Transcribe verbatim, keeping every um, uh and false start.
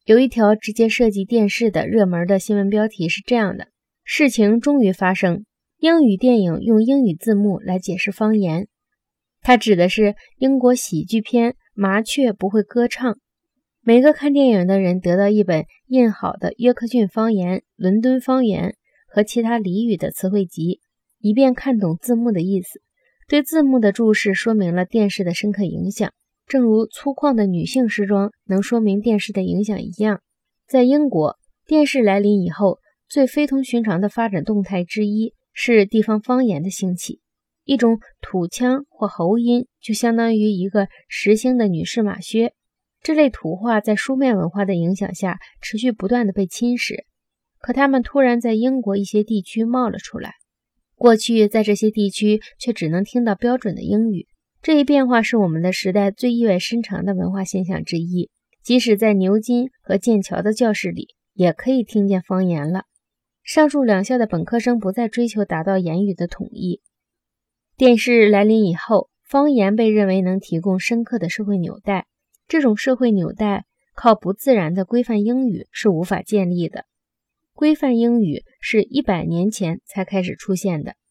有一条直接涉及电视的热门的新闻标题是这样的：事情终于发生，英语电影用英语字幕来解释方言。它指的是英国喜剧片《麻雀不会歌唱》。每个看电影的人得到一本印好的约克郡方言、伦敦方言和其他俚语的词汇集，以便看懂字幕的意思。对字幕的注释说明了电视的深刻影响，正如粗犷的女性时装能说明电视的影响一样。在英国，电视来临以后，最非同寻常的发展动态之一是地方方言的兴起。一种土腔或喉音就相当于一个实心的女士马靴。这类土话在书面文化的影响下持续不断地被侵蚀，可它们突然在英国一些地区冒了出来。过去在这些地区却只能听到标准的英语。这一变化是我们的时代最意味深长的文化现象之一，即使在牛津和剑桥的教室里也可以听见方言了。上述两校的本科生不再追求达到言语的统一。电视来临以后，方言被认为能提供深刻的社会纽带。这种社会纽带靠不自然的规范英语是无法建立的。规范英语是一百年前才开始出现的。